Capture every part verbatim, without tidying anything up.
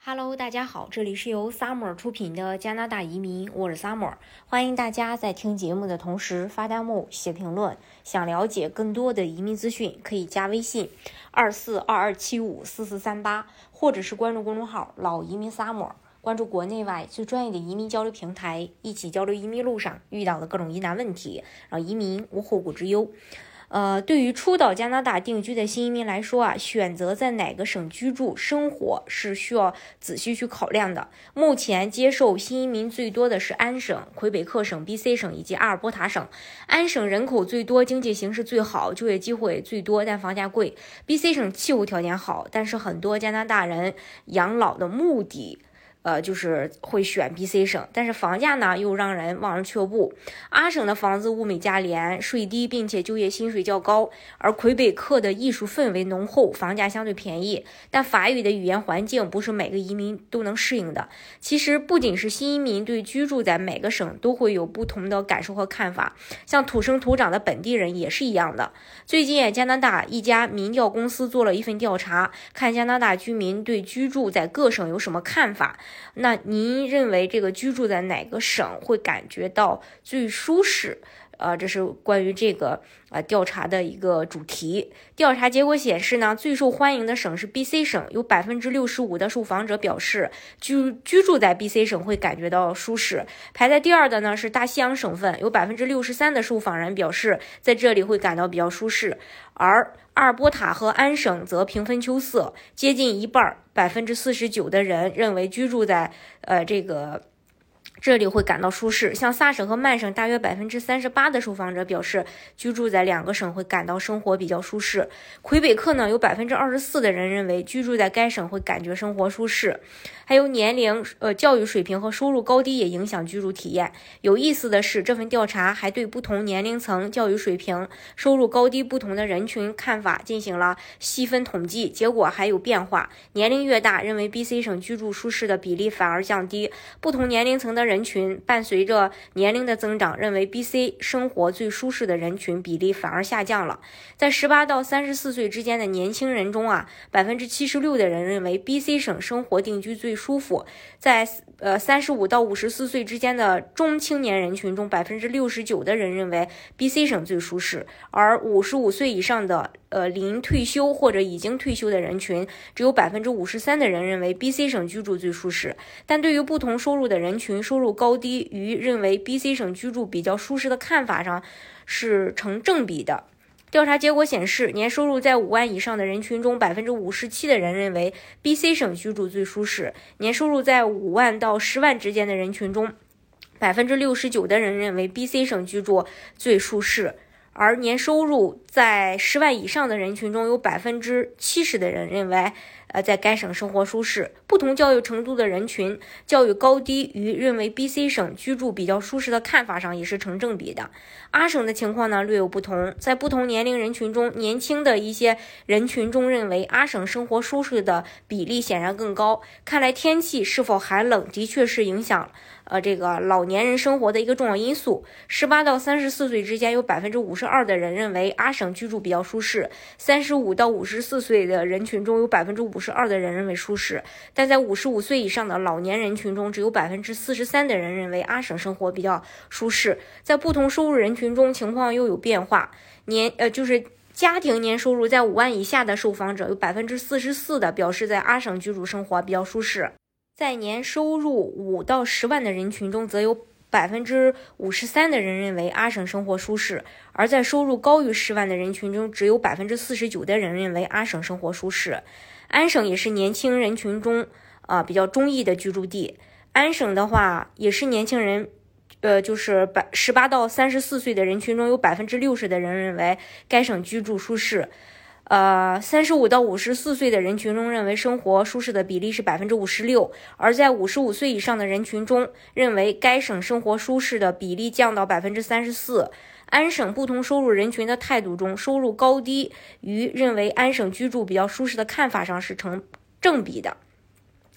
Hello， 大家好，这里是由 Summer 出品的加拿大移民，我是 Summer， 欢迎大家在听节目的同时发弹幕、写评论。想了解更多的移民资讯，可以加微信二四二二七五四四三八，或者是关注公众号老移民 Summer， 关注国内外最专业的移民交流平台，一起交流移民路上遇到的各种疑难问题，让移民无后顾之忧。呃，对于初到加拿大定居的新移民来说啊，选择在哪个省居住生活是需要仔细去考量的。目前接受新移民最多的是安省、魁北克省、B C 省以及阿尔伯塔省。安省人口最多，经济形势最好，就业机会最多，但房价贵。B C 省气候条件好，但是很多加拿大人养老的目的呃，就是会选 B C 省，但是房价呢又让人望而却步。阿省的房子物美价廉，税低，并且就业薪水较高，而魁北克的艺术氛围浓厚，房价相对便宜。但法语的语言环境不是每个移民都能适应的。其实不仅是新移民对居住在每个省都会有不同的感受和看法，像土生土长的本地人也是一样的。最近加拿大一家民调公司做了一份调查，看加拿大居民对居住在各省有什么看法。那您认为这个居住在哪个省会感觉到最舒适？呃，这是关于这个呃调查的一个主题。调查结果显示呢，最受欢迎的省是 B C 省，有百分之六十五的受访者表示居居住在 B C 省会感觉到舒适。排在第二的呢是大西洋省份，有百分之六十三的受访人表示在这里会感到比较舒适，而阿尔伯塔和安省则平分秋色，接近一半，百分之四十九的人认为居住在呃这个。这里会感到舒适。像萨省和曼省，大约百分之三十八的受访者表示居住在两个省会感到生活比较舒适。魁北克呢，有百分之二十四的人认为居住在该省会感觉生活舒适。还有年龄、呃教育水平和收入高低也影响居住体验。有意思的是，这份调查还对不同年龄层、教育水平、收入高低不同的人群看法进行了细分统计，结果还有变化。年龄越大，认为 B C 省居住舒适的比例反而降低。不同年龄层的人人群伴随着年龄的增长，认为 B C 生活最舒适的人群比例反而下降了。在十八到三十四岁之间的年轻人中啊，百分之七十六的人认为 B C 省生活定居最舒服。在呃三十五到五十四岁之间的中青年人群中，百分之六十九的人认为 B C 省最舒适，而五十五岁以上的呃临退休或者已经退休的人群，只有百分之五十三的人认为 B C 省居住最舒适。但对于不同收入的人群，收入高低与认为 B C 省居住比较舒适的看法上是成正比的。调查结果显示，年收入在五万以上的人群中，百分之五十七的人认为 B C 省居住最舒适；年收入在五万到十万之间的人群中，百分之六十九的人认为 B C 省居住最舒适。而年收入在十万以上的人群中，有百分之七十的人认为，呃，在该省生活舒适。不同教育程度的人群，教育高低与认为 B C 省居住比较舒适的看法上也是成正比的。阿省的情况呢略有不同，在不同年龄人群中，年轻的一些人群中认为阿省生活舒适的比例显然更高。看来天气是否寒冷的确是影响呃这个老年人生活的一个重要因素。十八到三十四岁之间，有百分之五十二的人认为阿省居住比较舒适，三十五到五十四岁的人群中有百分之五十二的人认为舒适，但在五十五岁以上的老年人群中，只有百分之四十三的人认为阿省生活比较舒适。在不同收入人群中，情况又有变化。年呃就是家庭年收入在五万以下的受访者，有百分之四十四的表示在阿省居住生活比较舒适。在年收入五到十万的人群中，则有百分之五十三的人认为阿省生活舒适，而在收入高于十万的人群中，只有百分之四十九的人认为阿省生活舒适。安省也是年轻人群中啊、呃、比较中意的居住地。安省的话，也是年轻人，呃，就是百十八到三十四岁的人群中，有百分之六十的人认为该省居住舒适。呃，三十五到五十四岁的人群中，认为生活舒适的比例是百分之五十六，而在五十五岁以上的人群中，认为该省生活舒适的比例降到百分之三十四。安省不同收入人群的态度中，收入高低与认为安省居住比较舒适的看法上是成正比的。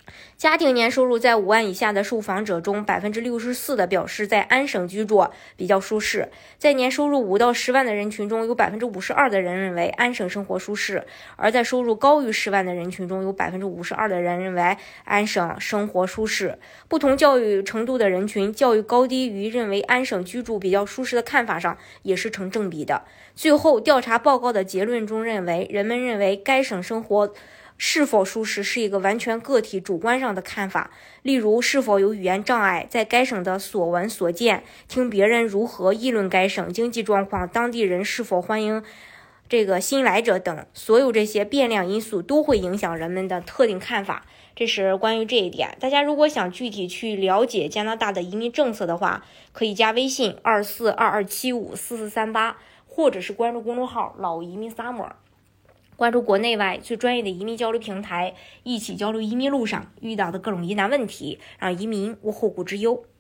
家庭年收入在五万以下的受访者中， 百分之六十四 的表示在安省居住比较舒适。在年收入五到十万的人群中，有 百分之五十二 的人认为安省生活舒适，而在收入高于十万的人群中，有 百分之五十二 的人认为安省生活舒适。不同教育程度的人群，教育高低于认为安省居住比较舒适的看法上也是成正比的。最后，调查报告的结论中认为，人们认为该省生活是否舒适是一个完全个体主观上的看法，例如是否有语言障碍，在该省的所闻所见，听别人如何议论该省经济状况，当地人是否欢迎这个新来者等，所有这些变量因素都会影响人们的特定看法。这是关于这一点。大家如果想具体去了解加拿大的移民政策的话，可以加微信二四二二七五四四三八，或者是关注公众号老移民 Summer，关注国内外最专业的移民交流平台，一起交流移民路上遇到的各种疑难问题，让移民无后顾之忧。